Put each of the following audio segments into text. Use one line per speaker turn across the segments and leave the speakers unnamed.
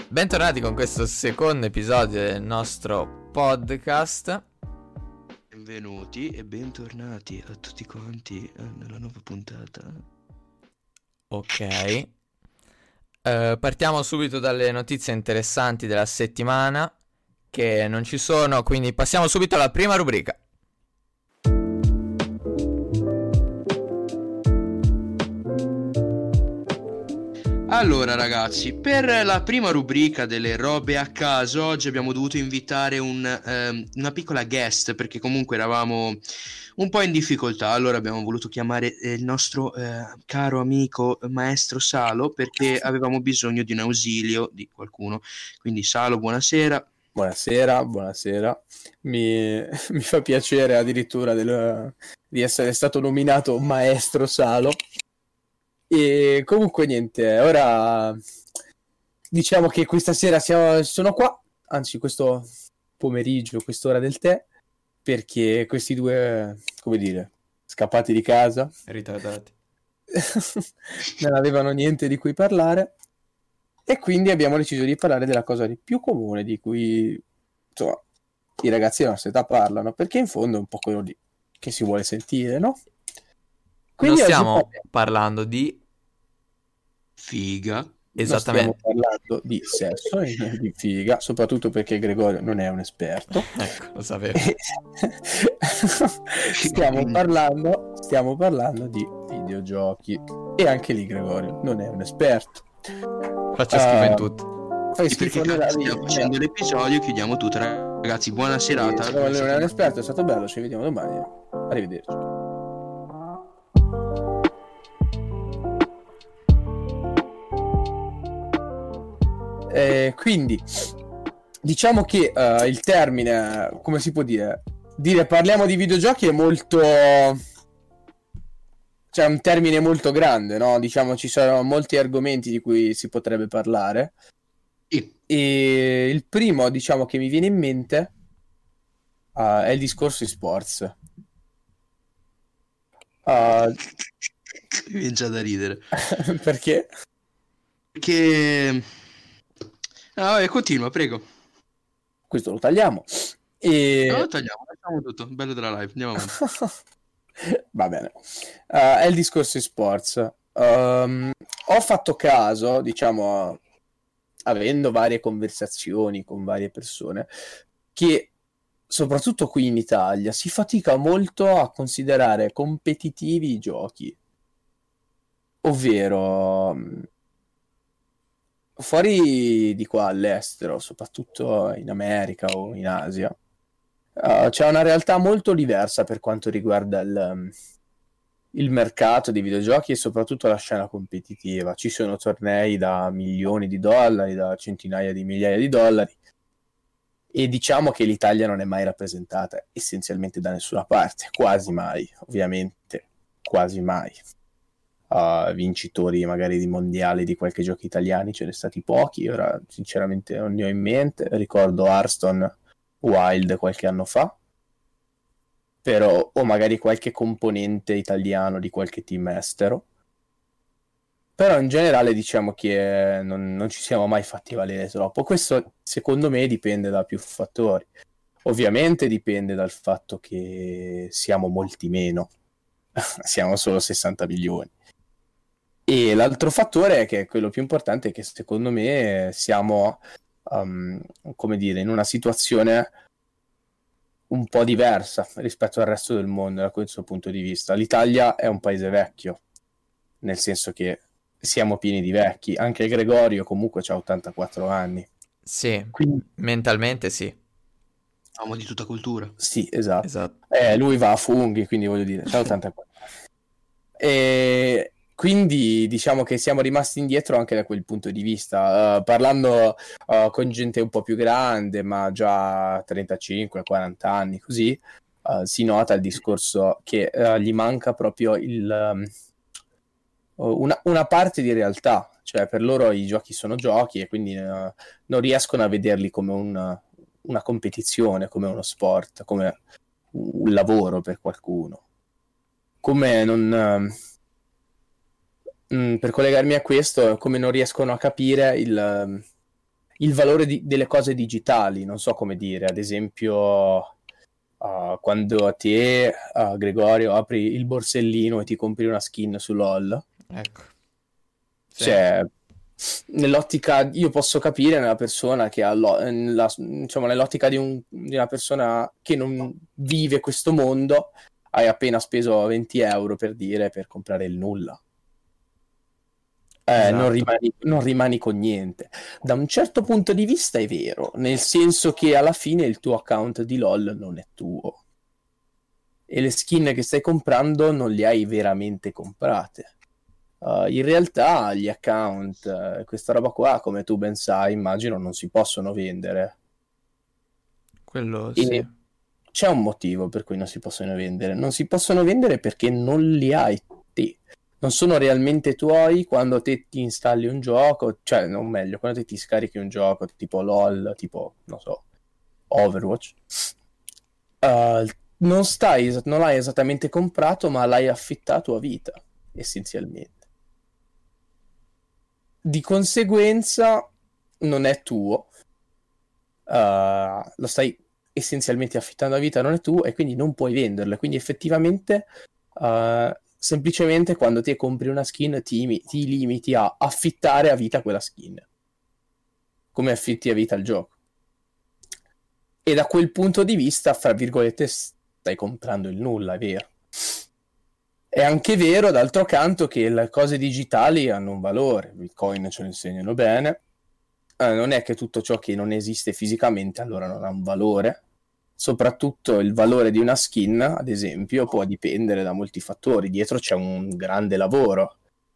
Bentornati con questo secondo episodio del nostro podcast.
Benvenuti e bentornati a tutti quanti nella nuova puntata.
Ok. Partiamo subito dalle notizie interessanti della settimana, che non ci sono, quindi passiamo subito alla prima rubrica.
Allora ragazzi, per la prima rubrica delle robe a caso, oggi abbiamo dovuto invitare una piccola guest, perché comunque eravamo un po' in difficoltà. Allora abbiamo voluto chiamare il nostro caro amico maestro Salo, perché avevamo bisogno di un ausilio di qualcuno. Quindi Salo, buonasera.
Buonasera. Mi fa piacere addirittura di essere stato nominato maestro Salo. E comunque niente, ora diciamo che questa sera sono qua, anzi questo pomeriggio, quest'ora del tè, perché questi due, come dire, scappati di casa,
Ritardati.
non avevano niente di cui parlare e quindi abbiamo deciso di parlare della cosa di più comune di cui, insomma, i ragazzi della nostra età parlano, perché in fondo è un po' quello lì che si vuole sentire, no?
Non
Quindi oggi
stiamo parlando di...
Figa.
Esattamente.
stiamo parlando di sesso e di figa, soprattutto perché Gregorio non è un esperto.
Ecco, lo sapevo.
Stiamo parlando di videogiochi e anche lì Gregorio non è un esperto.
Faccio schifo in tutto.
Fai
E
schifo
perché
nella
stiamo
vita.
facendo l'episodio, chiudiamo tutto ragazzi, buona serata.
Non è un esperto, è stato bello, ci vediamo domani. Arrivederci. Quindi diciamo che il termine, come si può dire parliamo di videogiochi è molto, cioè un termine molto grande, no? Diciamo ci sono molti argomenti di cui si potrebbe parlare.
Sì.
E il primo, diciamo, che mi viene in mente è il discorso esports.
Mi viene già da ridere.
Perché?
Perché... Ah, vabbè, continua, prego.
Questo lo tagliamo.
No, lo tagliamo, lasciamo tutto. Bello della live, andiamo avanti.
Va bene. È il discorso esports. Ho fatto caso, diciamo, avendo varie conversazioni con varie persone, che soprattutto qui in Italia si fatica molto a considerare competitivi i giochi. Ovvero, fuori di qua all'estero, soprattutto in America o in Asia, c'è una realtà molto diversa per quanto riguarda il mercato dei videogiochi e soprattutto la scena competitiva. Ci sono tornei da milioni di dollari, da centinaia di migliaia di dollari, e diciamo che l'Italia non è mai rappresentata essenzialmente da nessuna parte, quasi mai, ovviamente, quasi mai. Vincitori magari di mondiali di qualche gioco italiani ce ne stati pochi, ora sinceramente non ne ho in mente. Ricordo Hearthstone Wild qualche anno fa, però, o magari qualche componente italiano di qualche team estero, però in generale diciamo che non ci siamo mai fatti valere troppo. Questo secondo me dipende da più fattori. Ovviamente dipende dal fatto che siamo molti meno, siamo solo 60 milioni. E l'altro fattore, che è quello più importante, è che secondo me siamo, come dire, in una situazione un po' diversa rispetto al resto del mondo da questo punto di vista. L'Italia è un paese vecchio, nel senso che siamo pieni di vecchi. Anche Gregorio comunque ha 84 anni.
Sì,
Quindi,
mentalmente sì.
Siamo di tutta cultura.
sì, esatto.
Esatto.
Lui va a funghi, quindi voglio dire, c'ha 84 anni. E quindi diciamo che siamo rimasti indietro anche da quel punto di vista, parlando con gente un po' più grande, ma già 35-40 anni, così si nota il discorso che gli manca proprio una parte di realtà, cioè per loro i giochi sono giochi e quindi non riescono a vederli come una competizione, come uno sport, come un lavoro per qualcuno. Come non... per collegarmi a questo, come non riescono a capire il valore delle cose digitali, non so come dire, ad esempio quando a te, Gregorio, apri il borsellino e ti compri una skin su LOL,
Ecco. Sì.
cioè nell'ottica, io posso capire nella persona che ha diciamo, nell'ottica di una persona che non vive questo mondo, hai appena speso 20 euro per comprare il nulla.
Esatto.
Non rimani con niente. Da un certo punto di vista è vero, nel senso che alla fine il tuo account di LOL non è tuo. E le skin che stai comprando non le hai veramente comprate. In realtà gli account, questa roba qua, come tu ben sai, immagino non si possono vendere.
Quello
E
sì.
c'è un motivo per cui non si possono vendere. Non si possono vendere perché non li hai te. Non sono realmente tuoi quando te ti installi un gioco, cioè, non meglio, quando te ti scarichi un gioco tipo LOL, tipo, non so, Overwatch. Non l'hai esattamente comprato, ma l'hai affittato a vita, essenzialmente. Di conseguenza non è tuo, lo stai essenzialmente affittando a vita, non è tuo, e quindi non puoi venderlo. Quindi effettivamente, semplicemente quando ti compri una skin ti limiti a affittare a vita quella skin, come affitti a vita il gioco. E da quel punto di vista, fra virgolette, stai comprando il nulla, è vero. È anche vero, d'altro canto, che le cose digitali hanno un valore, Bitcoin ce lo insegnano bene. Non è che tutto ciò che non esiste fisicamente allora non ha un valore. Soprattutto il valore di una skin, ad esempio, può dipendere da molti fattori. Dietro c'è un grande lavoro.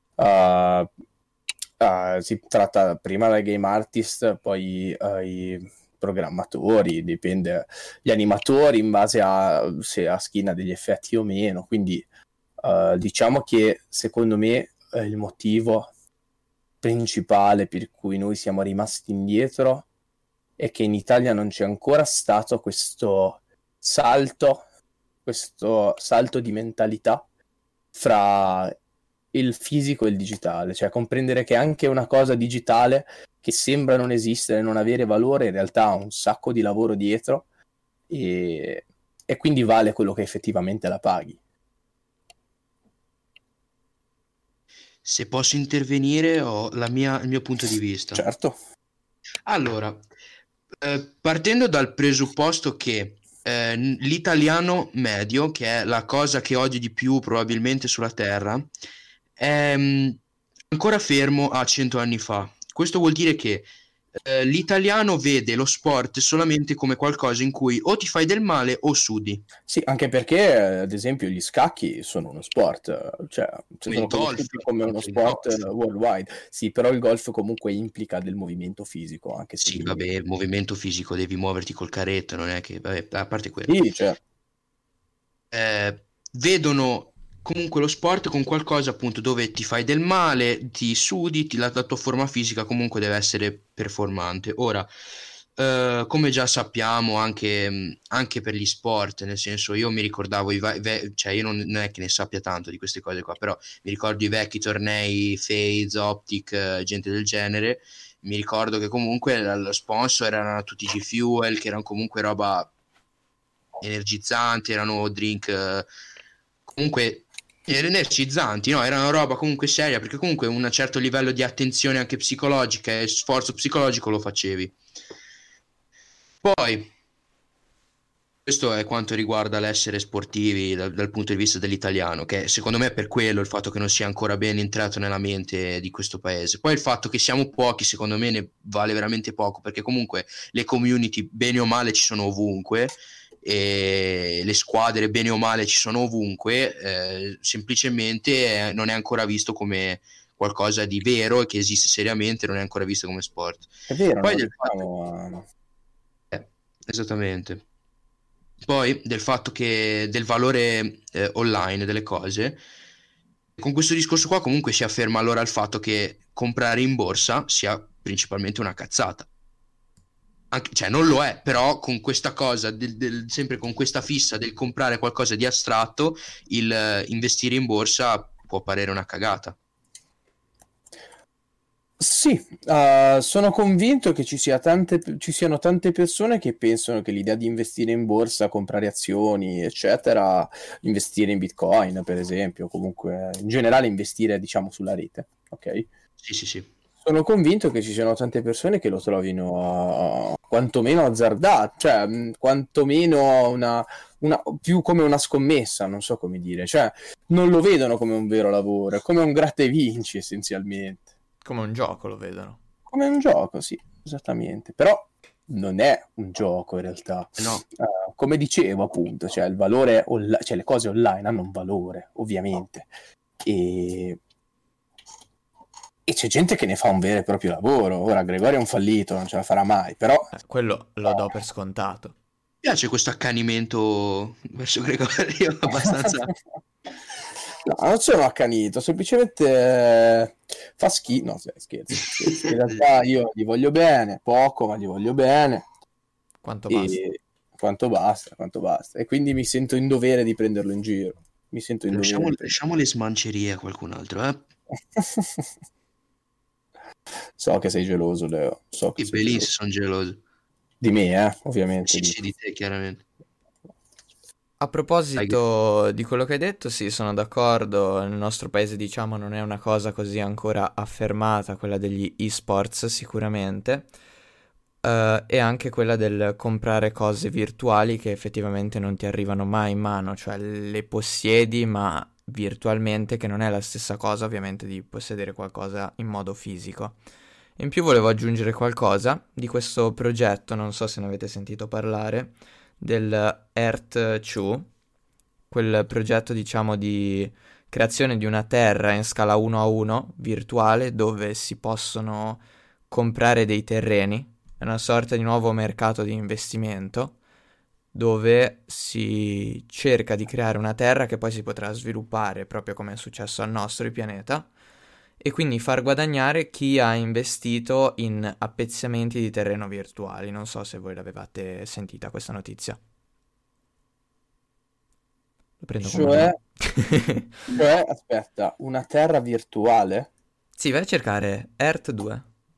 Si tratta prima dai game artist, poi i programmatori, dipende, gli animatori in base a se la skin ha degli effetti o meno. Quindi diciamo che secondo me il motivo principale per cui noi siamo rimasti indietro è che in Italia non c'è ancora stato questo salto di mentalità fra il fisico e il digitale, cioè comprendere che anche una cosa digitale che sembra non esistere, non avere valore, in realtà ha un sacco di lavoro dietro e quindi vale quello che effettivamente la paghi.
Se posso intervenire, ho il mio punto di vista.
Certo.
Allora, partendo dal presupposto che l'italiano medio, che è la cosa che odio di più probabilmente sulla Terra, è ancora fermo a 100 anni fa. Questo vuol dire che l'italiano vede lo sport solamente come qualcosa in cui o ti fai del male o sudi.
Sì, anche perché, ad esempio, gli scacchi sono uno sport, cioè
Come il
sono
golf,
conosciuti come uno
anche il
sport
golf.
worldwide. Sì, però il golf comunque implica del movimento fisico, anche se
Sì, vabbè, movimento fisico, devi muoverti col carretto, non è che, vabbè, a parte quello.
sì, cioè,
Vedono comunque lo sport con qualcosa appunto dove ti fai del male, ti sudi, la tua forma fisica comunque deve essere performante. Ora, come già sappiamo anche per gli sport, nel senso io mi ricordavo, cioè io non è che ne sappia tanto di queste cose qua, però mi ricordo i vecchi tornei, FaZe, Optic, gente del genere. Mi ricordo che comunque lo sponsor erano tutti G Fuel, che erano comunque roba energizzanti, erano drink comunque energizzanti, no? Era una roba comunque seria, perché comunque un certo livello di attenzione anche psicologica e sforzo psicologico lo facevi. Poi, questo è quanto riguarda l'essere sportivi dal punto di vista dell'italiano, che secondo me è per quello il fatto che non sia ancora ben entrato nella mente di questo paese. Poi il fatto che siamo pochi, secondo me ne vale veramente poco, perché comunque le community, bene o male, ci sono ovunque, e le squadre, bene o male, ci sono ovunque, semplicemente non è ancora visto come qualcosa di vero e che esiste seriamente, non è ancora visto come sport.
è vero,
Poi
non
del
riusciamo
esattamente. Poi del fatto che del valore online delle cose, con questo discorso qua comunque si afferma allora il fatto che comprare in borsa sia principalmente una cazzata. Cioè non lo è, però con questa cosa, sempre con questa fissa del comprare qualcosa di astratto, il investire in borsa può parere una cagata.
Sì, sono convinto che ci siano tante persone che pensano che l'idea di investire in borsa, comprare azioni, eccetera, investire in Bitcoin, per esempio, comunque in generale investire, diciamo, sulla rete, ok?
Sì, sì, sì.
Sono convinto che ci siano tante persone che lo trovino quantomeno azzardato, cioè quantomeno più come una scommessa, non so come dire, cioè non lo vedono come un vero lavoro, è come un gratta e vinci essenzialmente.
Come un gioco lo vedono.
Come un gioco, sì, esattamente. Però non è un gioco in realtà.
No.
Come dicevo, appunto, cioè cioè le cose online hanno un valore, ovviamente. E... e c'è gente che ne fa un vero e proprio lavoro. Ora, Gregorio è un fallito, non ce la farà mai, però...
Quello lo do per scontato.
Mi piace questo accanimento verso Gregorio, abbastanza...
No, non sono accanito, semplicemente fa schifo. No, scherzo. In realtà io gli voglio bene, poco, ma gli voglio bene.
Quanto basta.
E quanto basta, quanto basta. E quindi mi sento in dovere di prenderlo in giro. Mi sento in dovere di
Lasciamo le smancerie a qualcun altro, eh?
So che sei geloso, Leo. So che
I
sei
Belins
geloso.
sono gelosi.
Di me, ovviamente.
Sì, sì, di te, chiaramente.
A proposito di quello che hai detto, sì, sono d'accordo. Nel nostro paese, diciamo, non è una cosa così ancora affermata, quella degli esports, sicuramente. E anche quella del comprare cose virtuali che effettivamente non ti arrivano mai in mano, cioè le possiedi, ma virtualmente, che non è la stessa cosa, ovviamente, di possedere qualcosa in modo fisico. In più volevo aggiungere qualcosa di questo progetto, non so se ne avete sentito parlare, del Earth 2, quel progetto diciamo di creazione di una terra in scala 1 a 1 virtuale dove si possono comprare dei terreni, è una sorta di nuovo mercato di investimento dove si cerca di creare una terra che poi si potrà sviluppare proprio come è successo al nostro pianeta e quindi far guadagnare chi ha investito in appezzamenti di terreno virtuali. Non so se voi l'avevate sentita questa notizia. Lo prendo come
Cioè,
no.
aspetta, una terra virtuale?
Sì, vai a cercare Earth 2.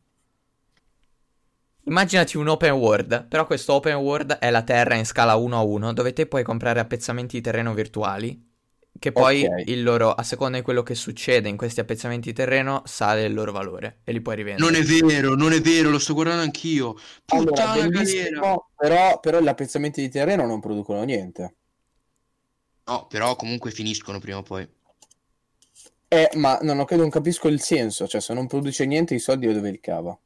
Immaginati un open world, però questo open world è la terra in scala 1 a 1, dove te puoi comprare appezzamenti di terreno virtuali, che poi
Ok.
il loro, a seconda di quello che succede in questi appezzamenti di terreno, sale il loro valore e li puoi
Non
rivendere.
è vero, non è vero, lo sto guardando anch'io.
Allora,
Puttana galera.
bellissimo, però gli appezzamenti di terreno non producono niente.
No, però comunque finiscono prima o poi.
Ma non capisco il senso, cioè se non produce niente i soldi dove li cava?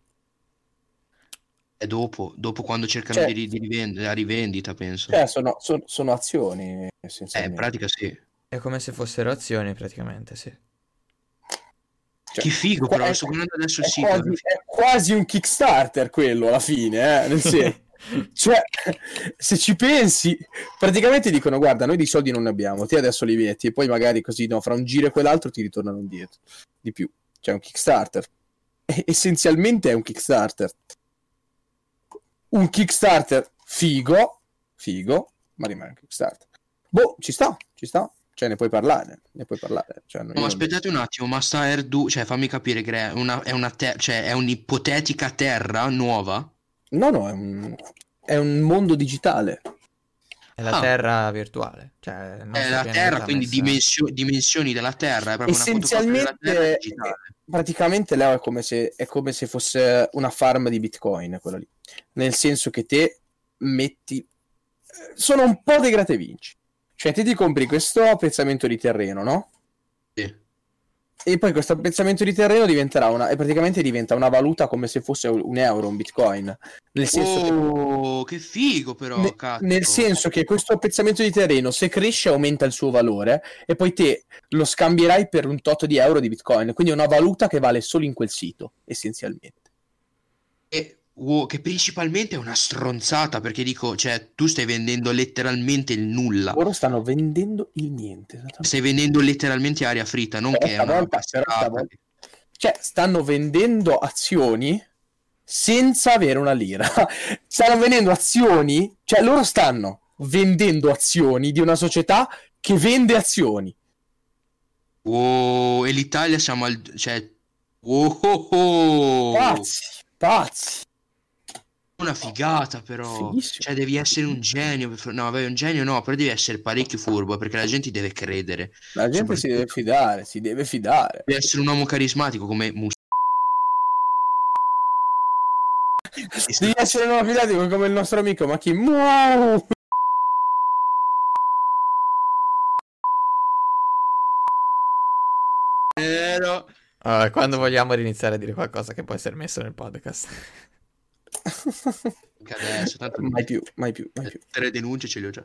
È dopo quando cercano
Cioè,
di rivendere, la rivendita, penso.
sono azioni,
In
essenzialmente.
pratica sì.
È come se fossero azioni praticamente, sì.
Cioè,
Che figo,
qua-
però, lo
è,
sto guardando adesso il
è
sito.
quasi un Kickstarter quello alla fine, nel senso. Cioè, se ci pensi, praticamente dicono: Guarda, noi di soldi non ne abbiamo, te adesso li metti, e poi magari così, no, fra un giro e quell'altro ti ritornano indietro di più. Cioè, un Kickstarter. Essenzialmente è un Kickstarter. Un Kickstarter figo, ma rimane un Kickstarter. Boh, ci sta. Cioè, ne puoi parlare. Cioè,
No,
io
ma
non vedo.
aspettate un attimo, ma sta Erdu, cioè fammi capire, cioè, è un'ipotetica terra nuova?
No, è un mondo digitale.
È la
Ah,
terra virtuale, cioè il
è
nostro
la terra,
pianeta
quindi
messa...
dimensioni della terra, è proprio una fotocopia della terra
Essenzialmente,
digitale.
praticamente, Leo, è come se fosse una farm di Bitcoin, quella lì. Nel senso che te metti... Sono un po' dei gratta e vinci. Cioè, te ti compri questo appezzamento di terreno, no?
Sì.
E poi questo appezzamento di terreno e praticamente diventa una valuta come se fosse un euro, un Bitcoin. Nel senso che
Oh, che figo però,
nel
cazzo.
senso che questo appezzamento di terreno, se cresce, aumenta il suo valore e poi te lo scambierai per un tot di euro di Bitcoin. Quindi è una valuta che vale solo in quel sito, essenzialmente.
Che principalmente è una stronzata, perché dico, cioè, tu stai vendendo letteralmente il nulla.
Loro stanno vendendo il niente, esattamente.
Stai vendendo letteralmente aria fritta, non che è una roba
Però
serata.
stavolta, cioè, stanno vendendo azioni senza avere una lira. Stanno vendendo azioni, cioè loro stanno vendendo azioni di una società che vende azioni.
Oh, e l'Italia siamo cioè, Oh, oh, oh.
Pazzi.
Una figata però.
Fighissimo.
Cioè devi essere un genio no, vabbè, un genio no, però devi essere parecchio furbo perché la gente ti deve credere.
La gente si deve fidare.
Devi essere un uomo carismatico come
Devi essere un uomo fidato come il nostro amico Maki Mu.
Quando vogliamo iniziare a dire qualcosa che può essere messo nel podcast.
Adesso, tanto
mai più.
3 denunce ce le ho già.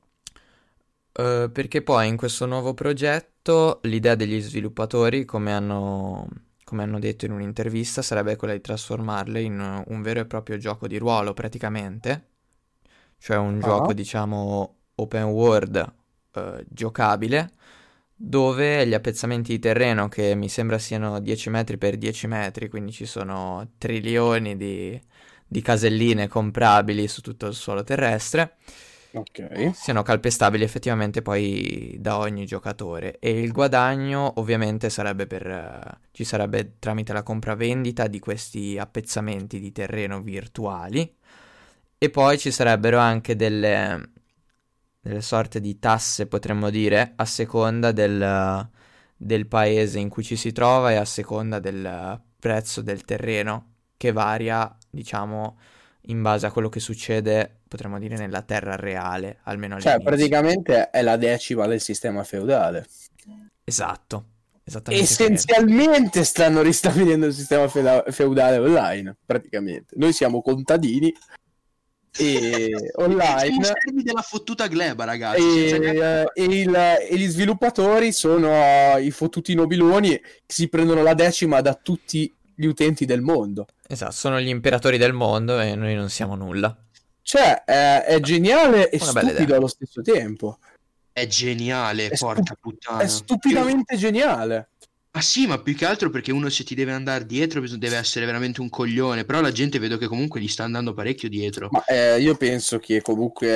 Perché poi in questo nuovo progetto l'idea degli sviluppatori, come hanno detto in un'intervista, sarebbe quella di trasformarle in un vero e proprio gioco di ruolo praticamente, cioè un gioco diciamo open world giocabile, dove gli appezzamenti di terreno, che mi sembra siano 10 metri per 10 metri, quindi ci sono trilioni di caselline comprabili su tutto il suolo terrestre, siano calpestabili effettivamente poi da ogni giocatore, e il guadagno ovviamente sarebbe ci sarebbe tramite la compravendita di questi appezzamenti di terreno virtuali, e poi ci sarebbero anche delle sorte di tasse, potremmo dire, a seconda del paese in cui ci si trova e a seconda del prezzo del terreno, che varia, diciamo, in base a quello che succede, potremmo dire, nella terra reale, almeno all'inizio.
Cioè, praticamente è la decima del sistema feudale.
Esatto, esattamente.
Essenzialmente stanno ristabilendo il sistema feudale online, praticamente. Noi siamo contadini e online
servi della fottuta gleba, ragazzi,
e gli sviluppatori sono i fottuti nobiloni che si prendono la decima da tutti gli utenti del mondo.
Esatto, sono gli imperatori del mondo e noi non siamo nulla.
Cioè è geniale e stupido allo stesso tempo.
È geniale, porca puttana.
È stupidamente geniale.
Ah sì, ma più che altro perché uno, se ti deve andare dietro, deve essere veramente un coglione. Però la gente vedo che comunque gli sta andando parecchio dietro.
Ma io penso che comunque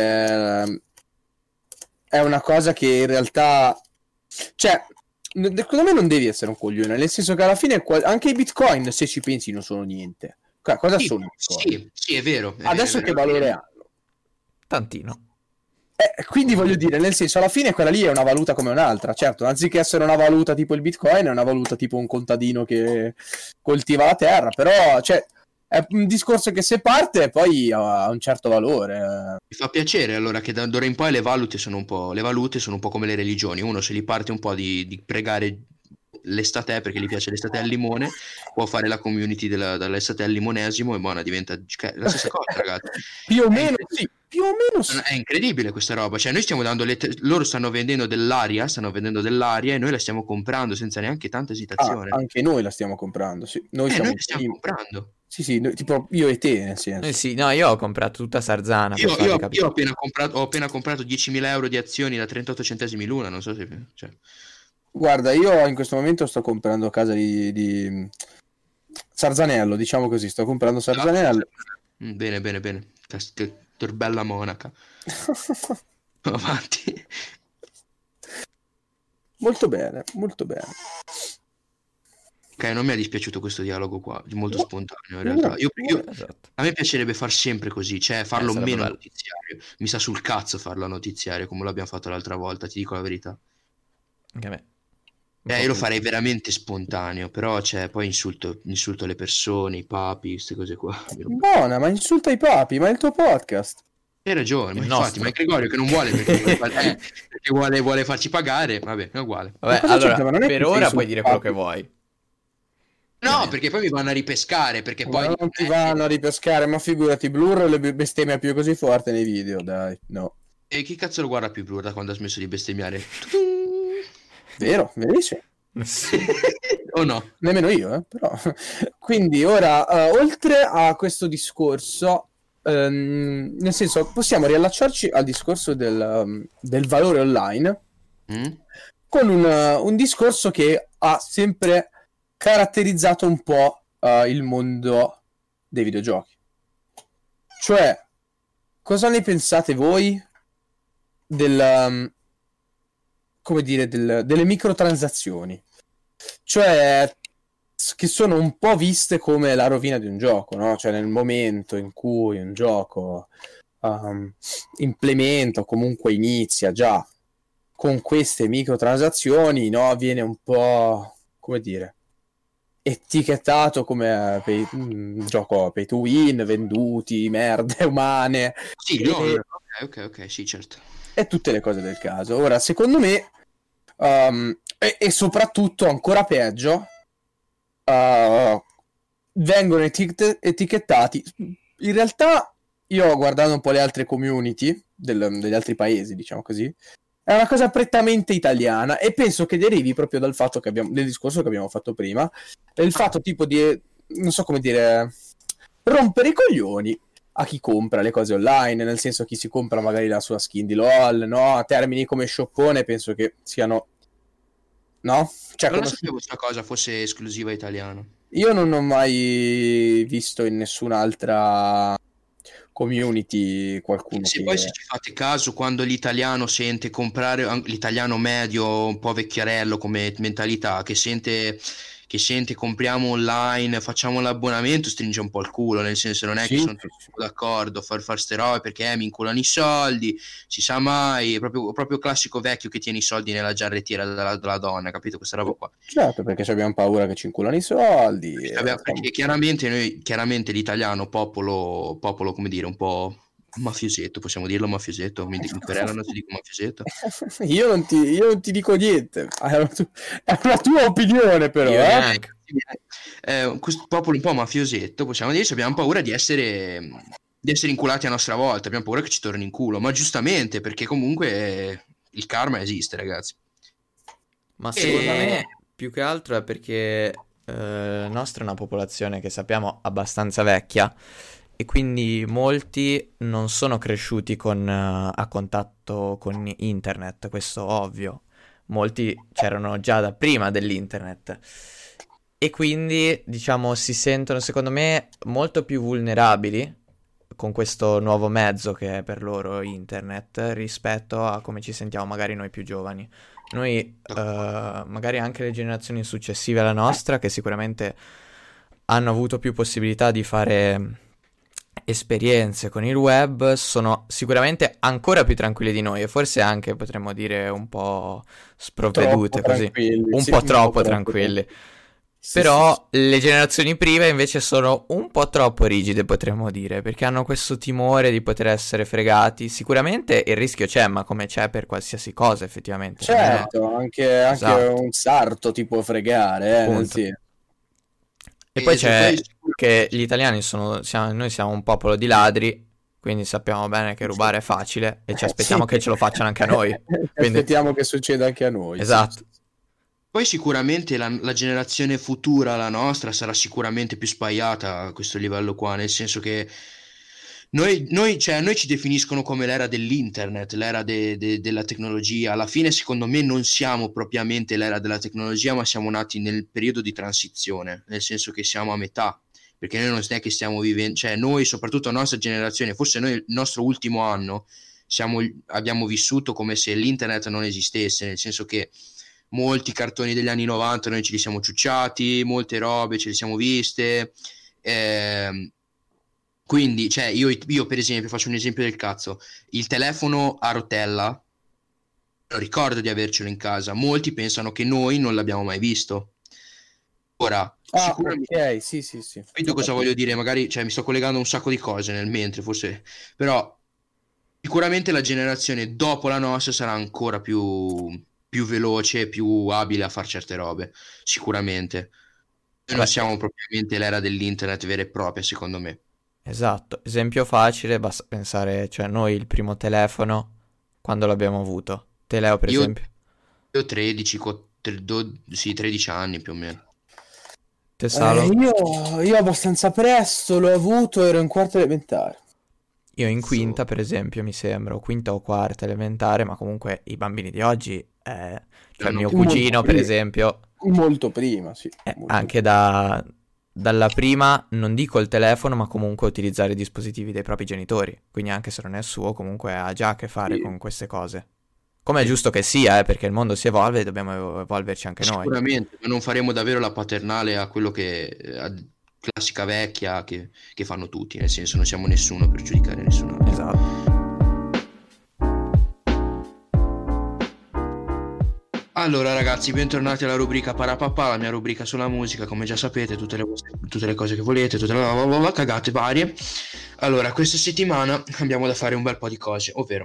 è una cosa che in realtà, cioè, secondo me non devi essere un coglione, nel senso che alla fine anche i bitcoin, se ci pensi, non sono niente. Cosa sono i bitcoin?
Sì, è vero.
Adesso che valore hanno?
Tantino.
Quindi voglio dire, nel senso, alla fine quella lì è una valuta come un'altra, certo, anziché essere una valuta tipo il bitcoin, è una valuta tipo un contadino che coltiva la terra, però, cioè, è un discorso che se parte poi ha un certo valore.
Mi fa piacere allora che da d'ora in poi le valute sono un po' come le religioni, uno se gli parte un po' di pregare l'estate perché gli piace l'estate al limone, può fare la community dall'estate al limonesimo e buona, diventa la stessa cosa, ragazzi.
Più o meno sì.
È incredibile questa roba, cioè noi stiamo dando loro stanno vendendo dell'aria e noi la stiamo comprando senza neanche tanta esitazione.
Anche noi la stiamo comprando, sì. Noi
la stiamo comprando.
Sì, tipo io e te, nel senso.
Sì, no, io ho comprato tutta Sarzana.
Io ho appena comprato 10.000 euro di azioni da 38 centesimi l'una, non so se... Cioè.
Guarda, io in questo momento sto comprando casa di Sarzanello, diciamo così, sto comprando Sarzanello.
Bene. Che bella monaca. Avanti.
Molto bene.
Ok, non mi è dispiaciuto questo dialogo qua, molto spontaneo in realtà.
Esatto.
A me piacerebbe far sempre così, cioè farlo meno notiziario. Mi sta sul cazzo farlo a notiziario come l'abbiamo fatto l'altra volta, ti dico la verità.
Anche a me.
Io lo farei veramente spontaneo, però poi insulto le persone, i papi, queste cose qua.
Buona, ma insulta i papi, ma è il tuo podcast.
Hai ragione, ma infatti, ma è Gregorio che non vuole perché vuole farci pagare, vabbè, è uguale.
Vabbè, allora, per ora puoi dire quello che vuoi.
No, perché poi mi vanno a ripescare, perché poi...
non ti vanno a ripescare, ma figurati, Blur le bestemmia più così forte nei video, dai, no.
E chi cazzo lo guarda più Blur da quando ha smesso di bestemmiare?
Vero, verissimo.
O no?
Nemmeno io, però. Quindi ora, oltre a questo discorso, nel senso, possiamo riallacciarci al discorso del valore online con un discorso che ha sempre caratterizzato un po' il mondo dei videogiochi. Cioè, cosa ne pensate voi come dire, delle microtransazioni? Cioè, che sono un po' viste come la rovina di un gioco, no? Cioè nel momento in cui un gioco implementa o comunque inizia già con queste microtransazioni, no? Viene un po', come dire, etichettato come un gioco pay to win, venduti, merde umane.
Sì, no, ok, sì, certo.
E tutte le cose del caso. Ora, secondo me, e soprattutto ancora peggio, vengono etichettati. In realtà, io ho guardato un po' le altre community degli altri paesi, diciamo così. È una cosa prettamente italiana e penso che derivi proprio dal fatto che del discorso che abbiamo fatto prima, il fatto tipo di, non so come dire, rompere i coglioni a chi compra le cose online, nel senso chi si compra magari la sua skin di LOL, no? A termini come shoppone penso che siano, no? Cioè,
Non lo sapevo questa cosa fosse esclusiva italiana.
Io non ho mai visto in nessun'altra community qualcuno
Se
che...
poi se ci fate caso, quando l'italiano sente comprare, l'italiano medio, un po' vecchiarello come mentalità, che sente compriamo online, facciamo l'abbonamento, stringe un po' il culo, nel senso non è che sono d'accordo a far ste robe perché mi inculano i soldi, si sa mai, è proprio classico vecchio che tiene i soldi nella giarrettiera della donna, capito questa roba qua?
Certo, perché abbiamo paura che ci inculano i soldi.
Perché chiaramente l'italiano popolo, come dire, un po' mafiosetto, possiamo dirlo mafiosetto, mi querelano se dico mafiosetto.
Io non ti dico niente, è una tua opinione però.
Io neanche.
Questo popolo un po' mafiosetto, possiamo dire, abbiamo paura di essere inculati a nostra volta, abbiamo paura che ci torni in culo, ma giustamente, perché comunque il karma esiste, ragazzi.
Ma secondo me più che altro è perché la nostra è una popolazione che sappiamo abbastanza vecchia e quindi molti non sono cresciuti a contatto con internet, questo ovvio. Molti c'erano già da prima dell'internet e quindi, diciamo, si sentono, secondo me, molto più vulnerabili con questo nuovo mezzo che è per loro internet rispetto a come ci sentiamo magari noi più giovani. Noi, magari anche le generazioni successive alla nostra, che sicuramente hanno avuto più possibilità di fare esperienze con il web, sono sicuramente ancora più tranquilli di noi e forse anche potremmo dire un po' sprovvedute così, un po' troppo tranquilli. Però le generazioni prime invece sono un po' troppo rigide, potremmo dire, perché hanno questo timore di poter essere fregati. Sicuramente il rischio c'è, ma come c'è per qualsiasi cosa, effettivamente.
Certo, anche esatto. Un sarto ti può fregare, sì.
E poi c'è che gli italiani noi siamo un popolo di ladri, quindi sappiamo bene che rubare è facile e ci aspettiamo che ce lo facciano anche a noi. Quindi...
aspettiamo che succeda anche a noi.
Esatto.
Sì.
Poi sicuramente la generazione futura, la nostra, sarà sicuramente più spaiata a questo livello qua, nel senso che noi ci definiscono come l'era dell'internet, l'era della tecnologia. Alla fine, secondo me, non siamo propriamente l'era della tecnologia, ma siamo nati nel periodo di transizione, nel senso che siamo a metà, perché noi non è che stiamo vivendo, cioè noi, soprattutto la nostra generazione, forse noi il nostro ultimo anno abbiamo vissuto come se l'internet non esistesse, nel senso che molti cartoni degli anni 90 noi ce li siamo ciucciati, molte robe ce le siamo viste, quindi cioè io per esempio faccio un esempio del cazzo, il telefono a rotella ricordo di avercelo in casa, molti pensano che noi non l'abbiamo mai visto. Ora sicuramente
ok, sì.
Capito cosa voglio dire? Magari mi sto collegando a un sacco di cose nel mentre, forse, però sicuramente la generazione dopo la nostra sarà ancora più veloce, più abile a fare certe robe, sicuramente. Noi non siamo propriamente l'era dell'internet vera e propria, secondo me.
Esatto, esempio facile, basta pensare, cioè noi il primo telefono, quando l'abbiamo avuto? Te Leo per esempio?
Io 13 anni più o meno.
Te Salo?
Io abbastanza presto l'ho avuto, ero in quarta elementare.
Io in quinta per esempio mi sembra, o quinta o quarta elementare, ma comunque i bambini di oggi, cioè il mio cugino per esempio...
Molto prima, sì.
Anche dalla prima, non dico il telefono, ma comunque utilizzare i dispositivi dei propri genitori. Quindi anche se non è suo, comunque ha già a che fare con queste cose. Come è giusto che sia, perché il mondo si evolve e dobbiamo evolverci anche noi.
Sicuramente, ma non faremo davvero la paternale a quello che classica vecchia che fanno tutti, nel senso non siamo nessuno per giudicare nessun altro.
Esatto.
Allora ragazzi, bentornati alla rubrica Parapapà, la mia rubrica sulla musica, come già sapete, tutte le cose che volete, tutte le cagate varie. Allora, questa settimana abbiamo da fare un bel po' di cose, ovvero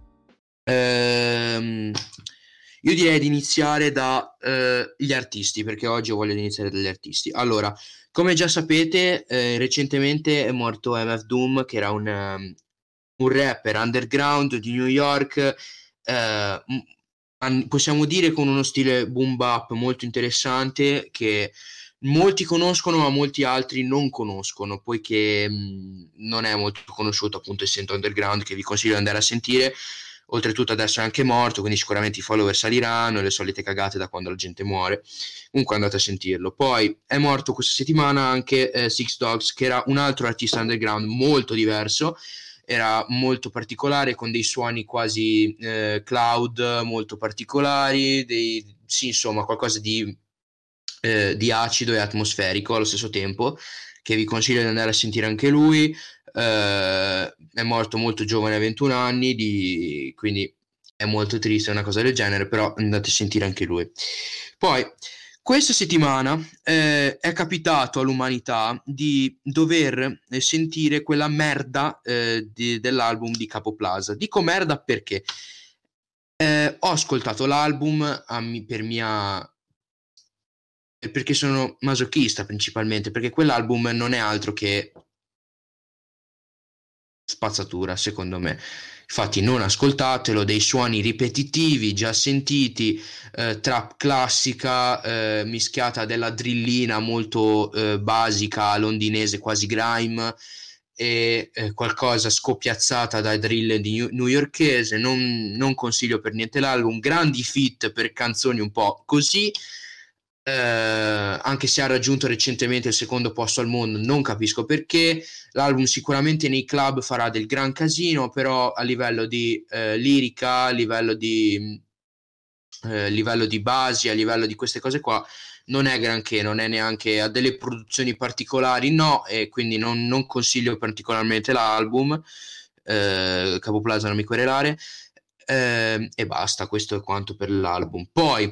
io direi di iniziare da gli artisti, perché oggi voglio iniziare dagli artisti. Allora, come già sapete, recentemente è morto MF Doom, che era un rapper underground di New York, possiamo dire con uno stile boom bap molto interessante che molti conoscono ma molti altri non conoscono, poiché non è molto conosciuto, appunto, essendo underground, che vi consiglio di andare a sentire. Oltretutto adesso è anche morto, quindi sicuramente i follower saliranno, le solite cagate da quando la gente muore. Comunque andate a sentirlo. Poi è morto questa settimana anche Six Dogs, che era un altro artista underground molto diverso, era molto particolare, con dei suoni quasi cloud molto particolari, sì, insomma qualcosa di acido e atmosferico allo stesso tempo, che vi consiglio di andare a sentire anche lui. È morto molto giovane, a 21 anni, quindi è molto triste una cosa del genere, però andate a sentire anche lui. Poi questa settimana è capitato all'umanità di dover sentire quella merda dell'album di Capo Plaza. Dico merda perché ho ascoltato l'album perché sono masochista principalmente, perché quell'album non è altro che spazzatura, secondo me. Infatti non ascoltatelo, dei suoni ripetitivi già sentiti, trap classica mischiata a della drillina molto basica londinese, quasi grime, e qualcosa scoppiazzata da drill di newyorkese. Non consiglio per niente l'album. Grandi feat per canzoni un po' così, anche se ha raggiunto recentemente il secondo posto al mondo, non capisco perché. L'album sicuramente nei club farà del gran casino, però a livello di lirica, a livello di basi, a livello di queste cose qua non è granché, non è neanche, ha delle produzioni particolari, no, e quindi non consiglio particolarmente l'album. Capo Plaza, non mi querelare. E basta, questo è quanto per l'album. Poi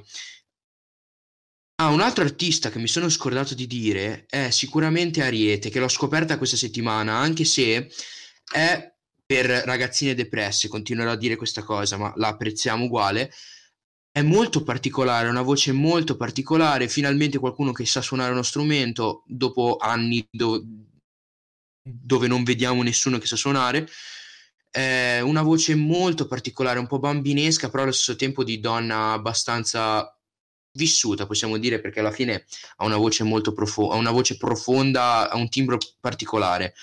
un altro artista che mi sono scordato di dire è sicuramente Ariete, che l'ho scoperta questa settimana, anche se è per ragazzine depresse, continuerò a dire questa cosa, ma la apprezziamo uguale. È molto particolare, una voce molto particolare, finalmente qualcuno che sa suonare uno strumento dopo anni dove non vediamo nessuno che sa suonare. È una voce molto particolare, un po' bambinesca, però allo stesso tempo di donna abbastanza vissuta, possiamo dire, perché alla fine ha una voce molto profonda, ha una voce profonda, ha un timbro particolare.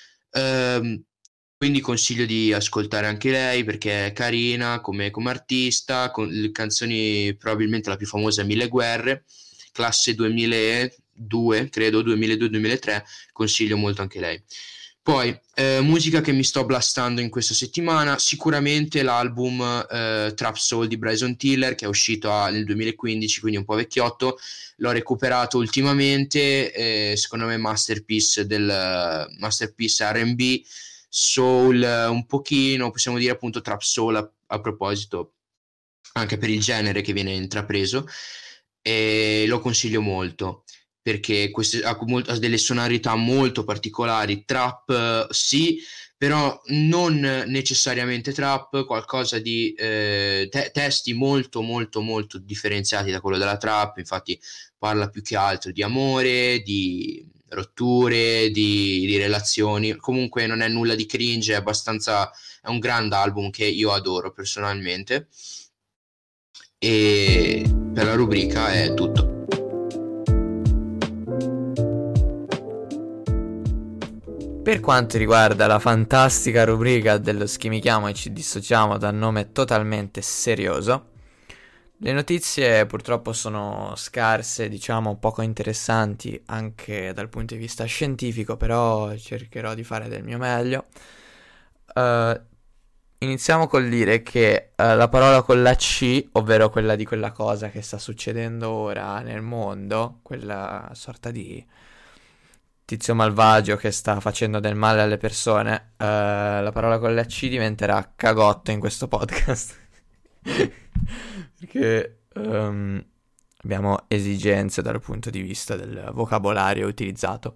Quindi consiglio di ascoltare anche lei, perché è carina come artista, con le canzoni. Probabilmente la più famosa è Mille Guerre, classe 2002, credo 2002-2003, consiglio molto anche lei. Poi musica che mi sto blastando in questa settimana, sicuramente l'album Trap Soul di Bryson Tiller, che è uscito nel 2015, quindi un po' vecchiotto. L'ho recuperato ultimamente, secondo me masterpiece R&B, soul, un pochino, possiamo dire appunto trap soul a proposito, anche per il genere che viene intrapreso, e lo consiglio molto, perché ha delle sonorità molto particolari. Trap sì, però non necessariamente trap, qualcosa di testi molto molto molto differenziati da quello della trap. Infatti parla più che altro di amore, di rotture, di relazioni. Comunque non è nulla di cringe, è un grande album che io adoro personalmente. E per la rubrica è tutto.
Per quanto riguarda la fantastica rubrica dello schimichiamo e ci dissociamo dal nome totalmente serioso, le notizie purtroppo sono scarse, diciamo poco interessanti anche dal punto di vista scientifico, però cercherò di fare del mio meglio. iniziamo col dire che la parola con la C, ovvero quella di quella cosa che sta succedendo ora nel mondo, quella sorta di tizio malvagio che sta facendo del male alle persone, la parola con la C diventerà cagotto in questo podcast. Perché abbiamo esigenze dal punto di vista del vocabolario utilizzato.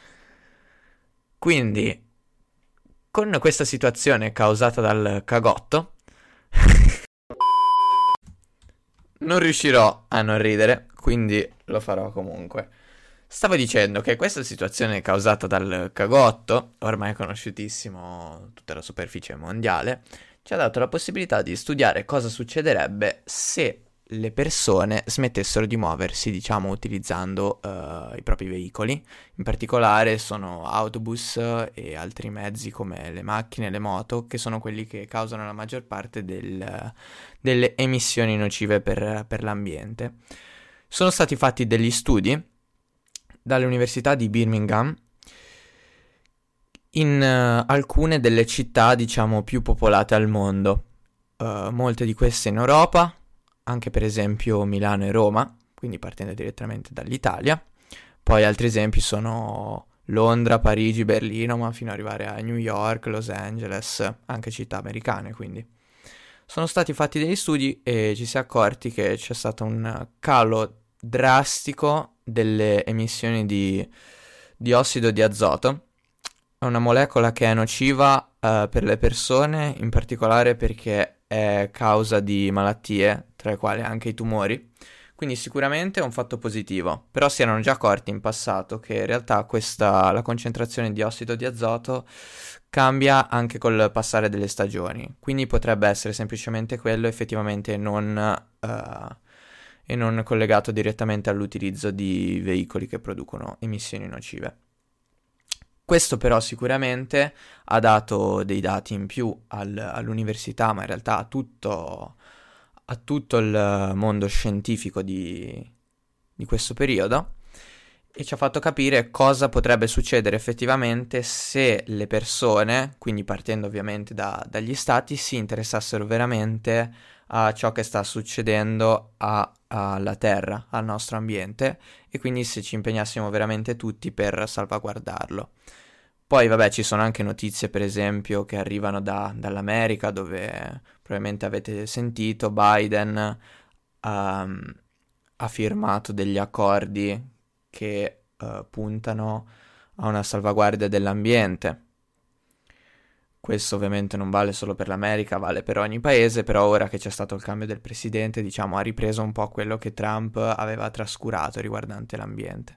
Quindi, con questa situazione causata dal cagotto, non riuscirò a non ridere, quindi lo farò comunque. Stavo dicendo che questa situazione causata dal cagotto, ormai conosciutissimo tutta la superficie mondiale, ci ha dato la possibilità di studiare cosa succederebbe se le persone smettessero di muoversi, diciamo, utilizzando i propri veicoli. In particolare sono autobus e altri mezzi come le macchine e le moto, che sono quelli che causano la maggior parte delle emissioni nocive per l'ambiente. Sono stati fatti degli studi dall'Università di Birmingham in alcune delle città, diciamo, più popolate al mondo. Molte di queste in Europa, anche per esempio Milano e Roma, quindi partendo direttamente dall'Italia. Poi altri esempi sono Londra, Parigi, Berlino, ma fino ad arrivare a New York, Los Angeles, anche città americane, quindi. Sono stati fatti degli studi e ci si è accorti che c'è stato un calo drastico delle emissioni di ossido di azoto. È una molecola che è nociva per le persone, in particolare perché è causa di malattie, tra le quali anche i tumori. Quindi sicuramente è un fatto positivo, però si erano già accorti in passato che in realtà la concentrazione di ossido di azoto cambia anche col passare delle stagioni, quindi potrebbe essere semplicemente quello effettivamente e non collegato direttamente all'utilizzo di veicoli che producono emissioni nocive. Questo però sicuramente ha dato dei dati in più all'università, ma in realtà a tutto il mondo scientifico di questo periodo, e ci ha fatto capire cosa potrebbe succedere effettivamente se le persone, quindi partendo ovviamente dagli stati, si interessassero veramente a ciò che sta succedendo alla Terra, al nostro ambiente, e quindi se ci impegnassimo veramente tutti per salvaguardarlo. Poi vabbè, ci sono anche notizie per esempio che arrivano dall'America, dove probabilmente avete sentito Biden ha firmato degli accordi che puntano a una salvaguardia dell'ambiente. Questo ovviamente non vale solo per l'America, vale per ogni paese, però ora che c'è stato il cambio del presidente, diciamo, ha ripreso un po' quello che Trump aveva trascurato riguardante l'ambiente.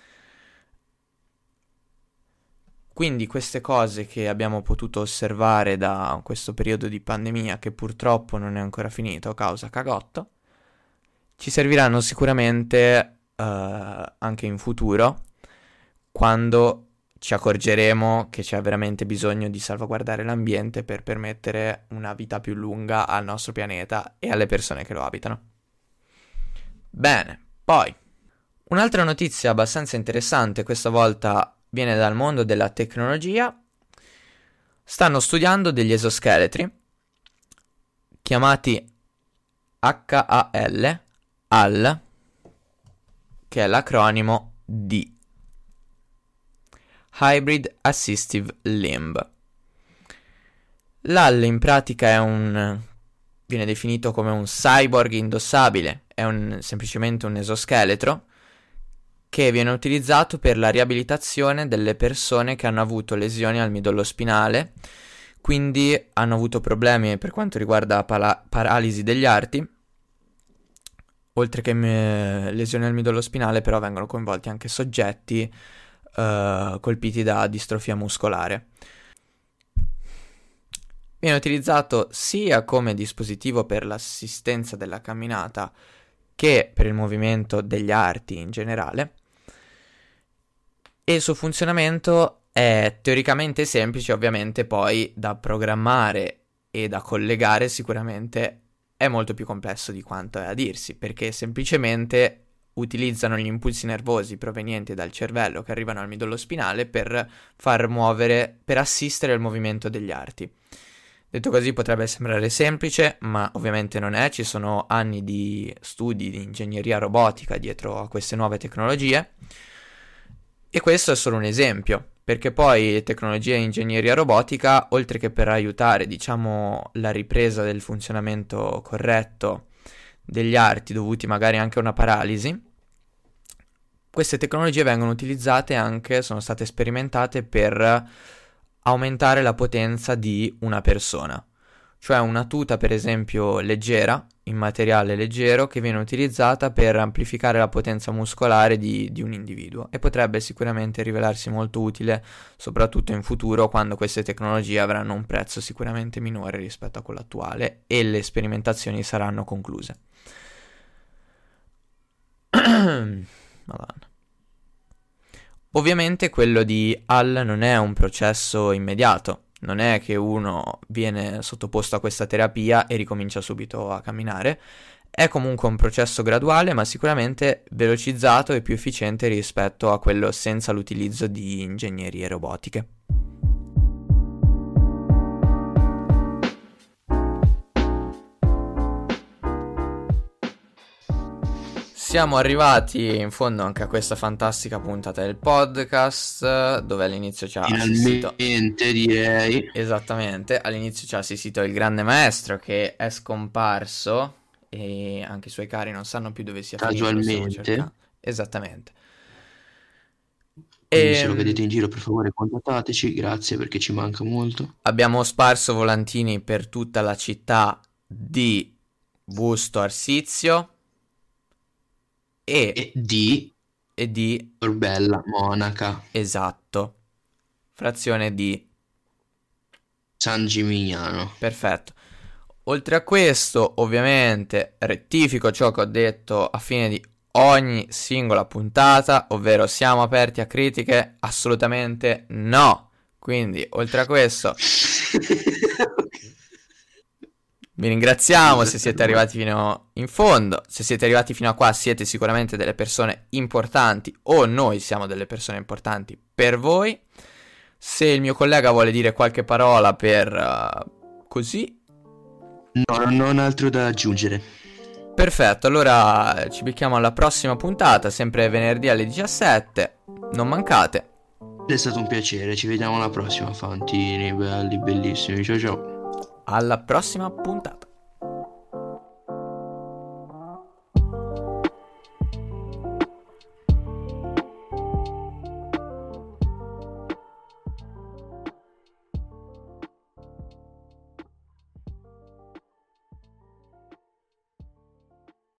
Quindi queste cose che abbiamo potuto osservare da questo periodo di pandemia, che purtroppo non è ancora finito a causa cagotto, ci serviranno sicuramente anche in futuro, quando ci accorgeremo che c'è veramente bisogno di salvaguardare l'ambiente per permettere una vita più lunga al nostro pianeta e alle persone che lo abitano. Bene, poi un'altra notizia abbastanza interessante, questa volta viene dal mondo della tecnologia. Stanno studiando degli esoscheletri chiamati HAL, che è l'acronimo di Hybrid Assistive Limb. L'HAL in pratica viene definito come un cyborg indossabile, è semplicemente un esoscheletro che viene utilizzato per la riabilitazione delle persone che hanno avuto lesioni al midollo spinale, quindi hanno avuto problemi per quanto riguarda paralisi degli arti. Oltre che lesioni al midollo spinale, però vengono coinvolti anche soggetti colpiti da distrofia muscolare. Viene utilizzato sia come dispositivo per l'assistenza della camminata che per il movimento degli arti in generale, e il suo funzionamento è teoricamente semplice, ovviamente poi da programmare e da collegare sicuramente è molto più complesso di quanto è a dirsi, perché semplicemente utilizzano gli impulsi nervosi provenienti dal cervello che arrivano al midollo spinale per assistere al movimento degli arti. Detto così potrebbe sembrare semplice, ma ovviamente non è, ci sono anni di studi di ingegneria robotica dietro a queste nuove tecnologie e questo è solo un esempio, perché poi tecnologia e ingegneria robotica, oltre che per aiutare, diciamo, la ripresa del funzionamento corretto degli arti dovuti magari anche a una paralisi, queste tecnologie vengono utilizzate anche, sono state sperimentate per aumentare la potenza di una persona, cioè una tuta per esempio leggera, in materiale leggero, che viene utilizzata per amplificare la potenza muscolare di un individuo e potrebbe sicuramente rivelarsi molto utile soprattutto in futuro quando queste tecnologie avranno un prezzo sicuramente minore rispetto a quello attuale e le sperimentazioni saranno concluse. Madonna. Ovviamente quello di HAL non è un processo immediato, non è che uno viene sottoposto a questa terapia e ricomincia subito a camminare, è comunque un processo graduale ma sicuramente velocizzato e più efficiente rispetto a quello senza l'utilizzo di ingegnerie robotiche. Siamo arrivati in fondo anche a questa fantastica puntata del podcast, dove all'inizio ci ha assistito...
Finalmente, direi.
Esattamente, all'inizio ci ha assistito il grande maestro che è scomparso e anche i suoi cari non sanno più dove sia finito.
Casualmente.
Esattamente.
Quindi se lo vedete in giro, per favore, contattateci, grazie perché ci manca molto.
Abbiamo sparso volantini per tutta la città di Busto Arsizio e di
Orbella, Monaca.
Esatto. Frazione di
San Gimignano.
Perfetto. Oltre a questo, ovviamente, rettifico ciò che ho detto a fine di ogni singola puntata, ovvero siamo aperti a critiche? Assolutamente no. Quindi, oltre a questo, vi ringraziamo se siete arrivati fino in fondo. Se siete arrivati fino a qua siete sicuramente delle persone importanti o noi siamo delle persone importanti per voi. Se il mio collega vuole dire qualche parola per così...
No, non ho altro da aggiungere.
Perfetto, allora ci becchiamo alla prossima puntata, sempre venerdì alle 17. Non mancate.
È stato un piacere, ci vediamo alla prossima, fantini, belli, bellissimi. Ciao ciao.
Alla prossima puntata.